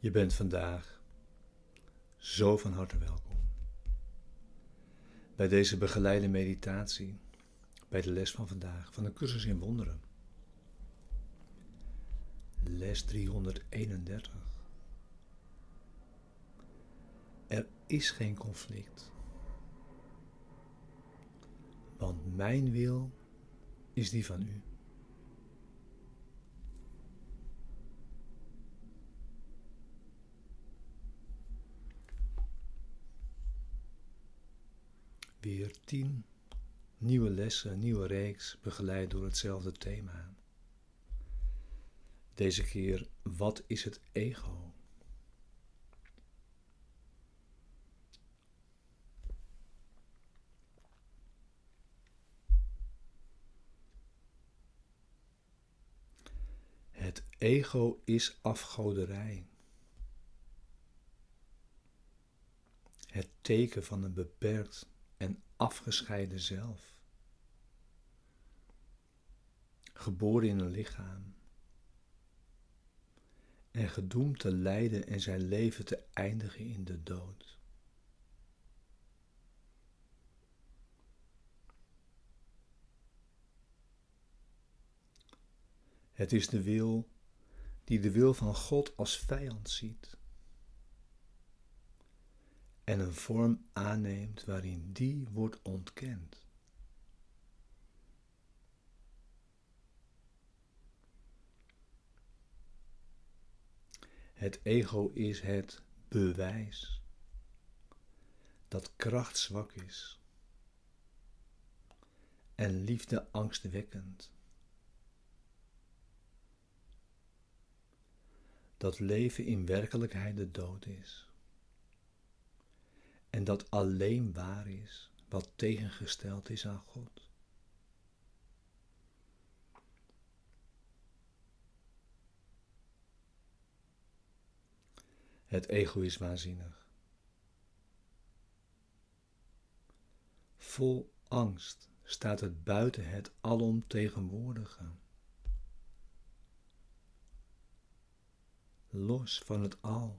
Je bent vandaag zo van harte welkom bij deze begeleide meditatie, bij de les van vandaag van de cursus in wonderen. Les 331. Er is geen conflict, want mijn wil is die van u. Weer 10 nieuwe lessen, nieuwe reeks, begeleid door hetzelfde thema. Deze keer, wat is het ego? Het ego is afgoderij. Het teken van een beperkt en afgescheiden zelf. Geboren in een lichaam. En gedoemd te lijden en zijn leven te eindigen in de dood. Het is de wil die de wil van God als vijand ziet. En een vorm aanneemt waarin die wordt ontkend. Het ego is het bewijs dat kracht zwak is en liefde angstwekkend. Dat leven in werkelijkheid de dood is. En dat alleen waar is wat tegengesteld is aan God. Het ego is waanzinnig. Vol angst staat het buiten het alomtegenwoordige. Los van het al.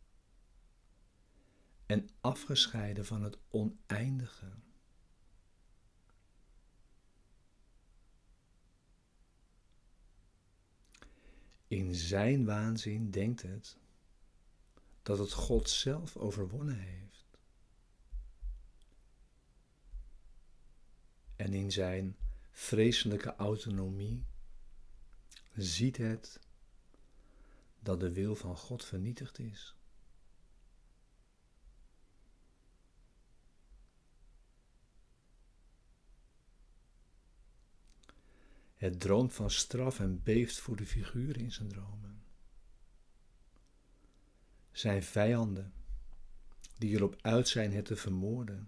En afgescheiden van het oneindige. In zijn waanzin denkt het dat het God zelf overwonnen heeft. En in zijn vreselijke autonomie ziet het dat de wil van God vernietigd is. Het droomt van straf en beeft voor de figuren in zijn dromen. Zijn vijanden, die erop uit zijn het te vermoorden,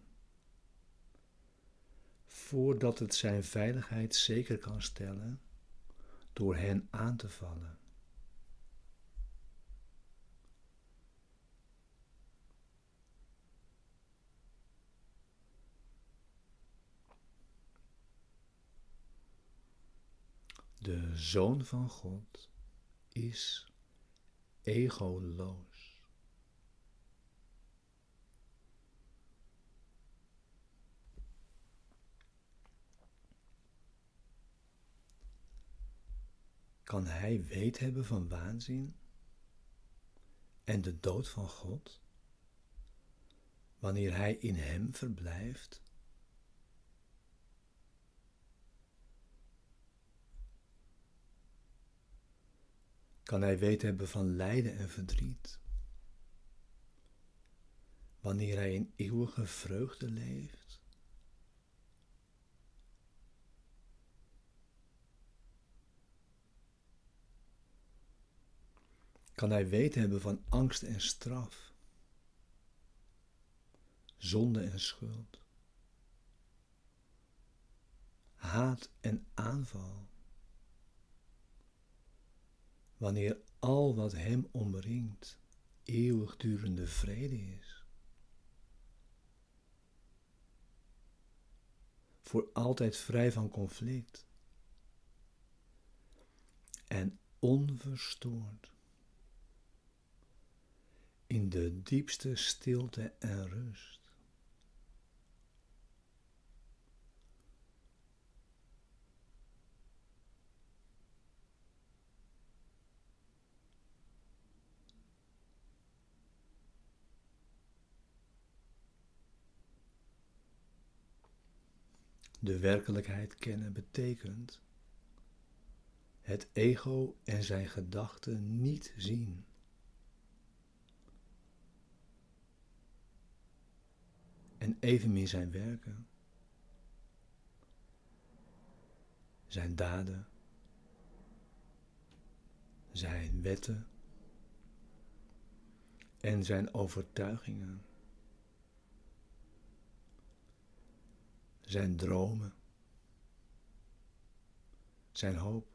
voordat het zijn veiligheid zeker kan stellen door hen aan te vallen. De Zoon van God is egoloos. Kan hij weet hebben van waanzin en de dood van God, wanneer hij in hem verblijft? Kan hij weet hebben van lijden en verdriet, wanneer hij in eeuwige vreugde leeft? Kan hij weet hebben van angst en straf, zonde en schuld, haat en aanval, wanneer al wat hem omringt eeuwigdurende vrede is? Voor altijd vrij van conflict en onverstoord in de diepste stilte en rust. De werkelijkheid kennen betekent het ego en zijn gedachten niet zien. En evenmin zijn werken, zijn daden, zijn wetten en zijn overtuigingen, zijn dromen, zijn hoop,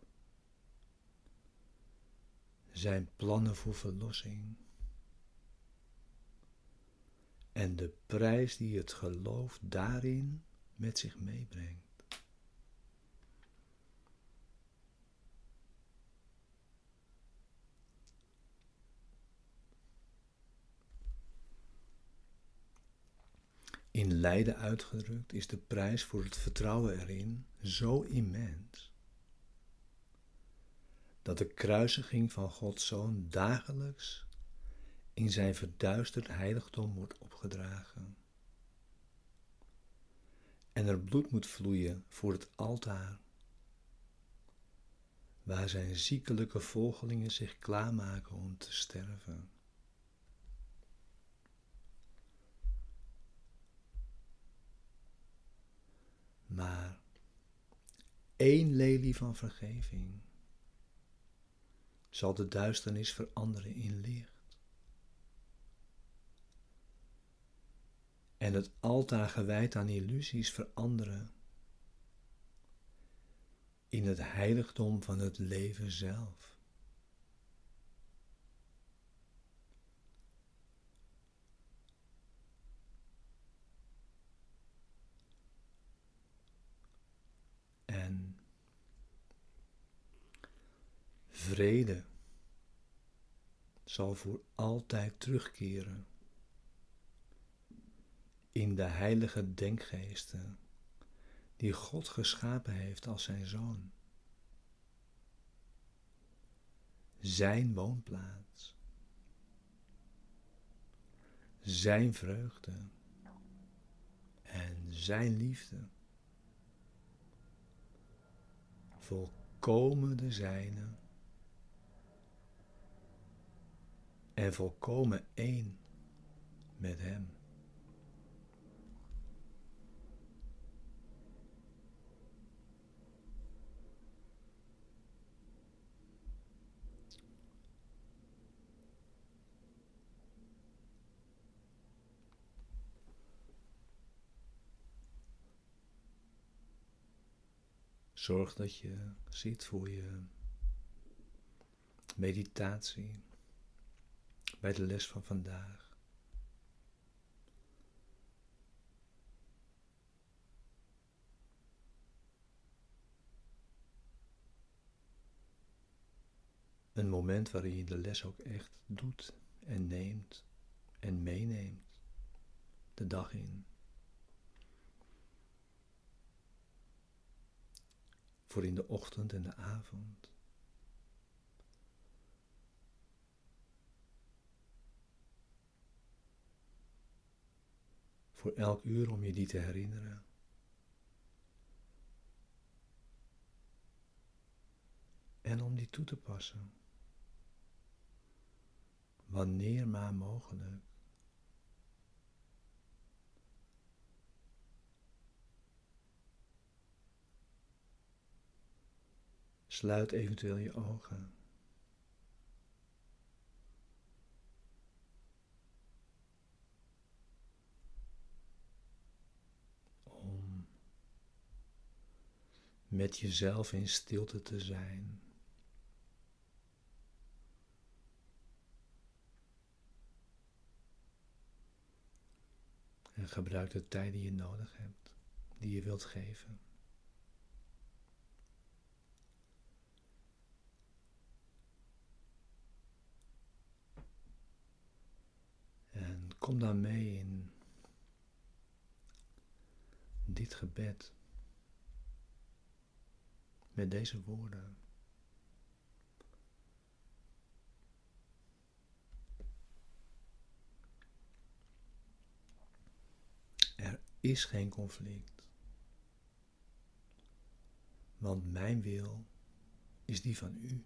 zijn plannen voor verlossing en de prijs die het geloof daarin met zich meebrengt. In lijden uitgedrukt is de prijs voor het vertrouwen erin zo immens, dat de kruisiging van Gods Zoon dagelijks in zijn verduisterd heiligdom wordt opgedragen. En er bloed moet vloeien voor het altaar, waar zijn ziekelijke volgelingen zich klaarmaken om te sterven. Maar één lelie van vergeving zal de duisternis veranderen in licht. En het altaar gewijd aan illusies veranderen in het heiligdom van het leven zelf. En vrede zal voor altijd terugkeren in de heilige denkgeesten die God geschapen heeft als zijn Zoon. Zijn woonplaats, zijn vreugde en zijn liefde. Volkomen de zijne en volkomen één met hem. Zorg dat je ziet voor je meditatie bij de les van vandaag. Een moment waarin je de les ook echt doet en neemt en meeneemt de dag in. Voor in de ochtend en de avond. Voor elk uur om je die te herinneren. En om die toe te passen. Wanneer maar mogelijk. Sluit eventueel je ogen. Om met jezelf in stilte te zijn. En gebruik de tijd die je nodig hebt, die je wilt geven. kom dan mee in dit gebed met deze woorden. Er is geen conflict, want mijn wil is die van u.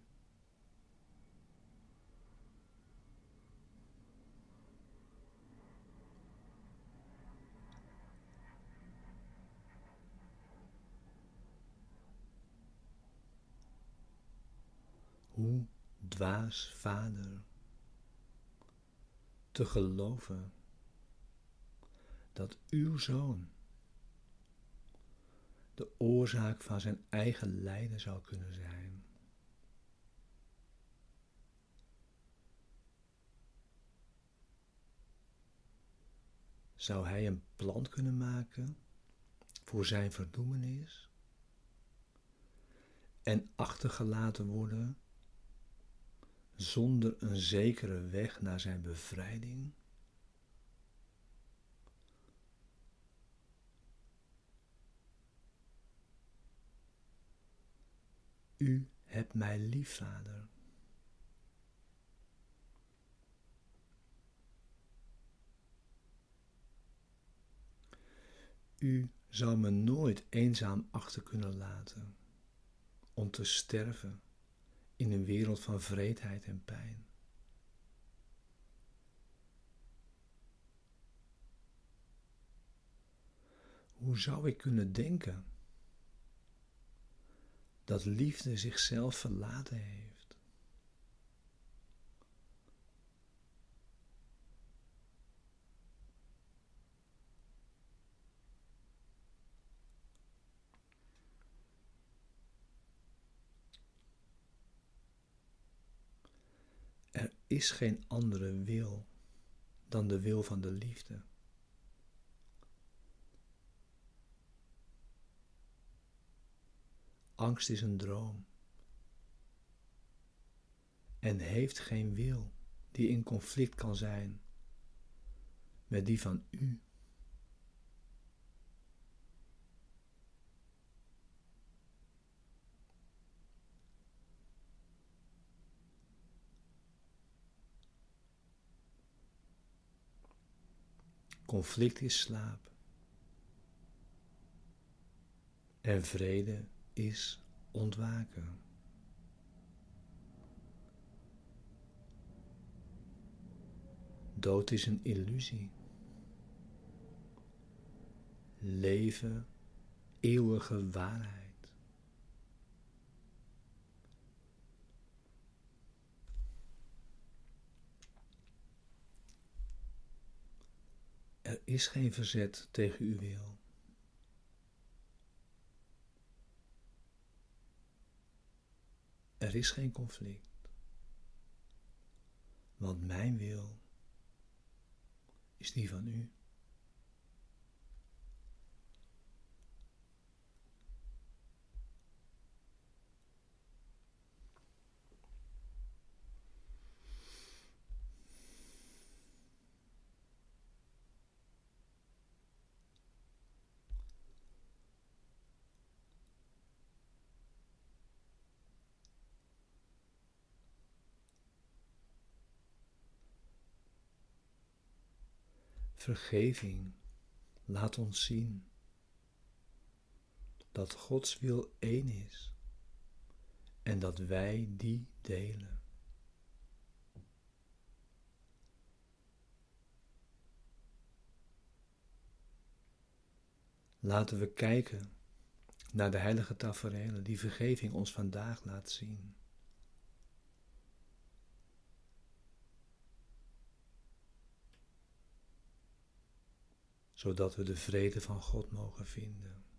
Hoe dwaas, Vader, te geloven dat uw Zoon de oorzaak van zijn eigen lijden zou kunnen zijn. Zou hij een plan kunnen maken voor zijn verdoemenis en achtergelaten worden zonder een zekere weg naar zijn bevrijding? U hebt mij lief, Vader. U zou me nooit eenzaam achter kunnen laten om te sterven in een wereld van wreedheid en pijn. Hoe zou ik kunnen denken dat liefde zichzelf verlaten heeft? Er is geen andere wil dan de wil van de liefde. Angst is een droom en heeft geen wil die in conflict kan zijn met die van u. Conflict is slaap en vrede is ontwaken. Dood is een illusie. Leven, eeuwige waarheid. Er is geen verzet tegen uw wil. Er is geen conflict, want mijn wil is die van u. Vergeving laat ons zien dat Gods wil één is en dat wij die delen. Laten we kijken naar de heilige taferelen die vergeving ons vandaag laat zien. Zodat we de vrede van God mogen vinden.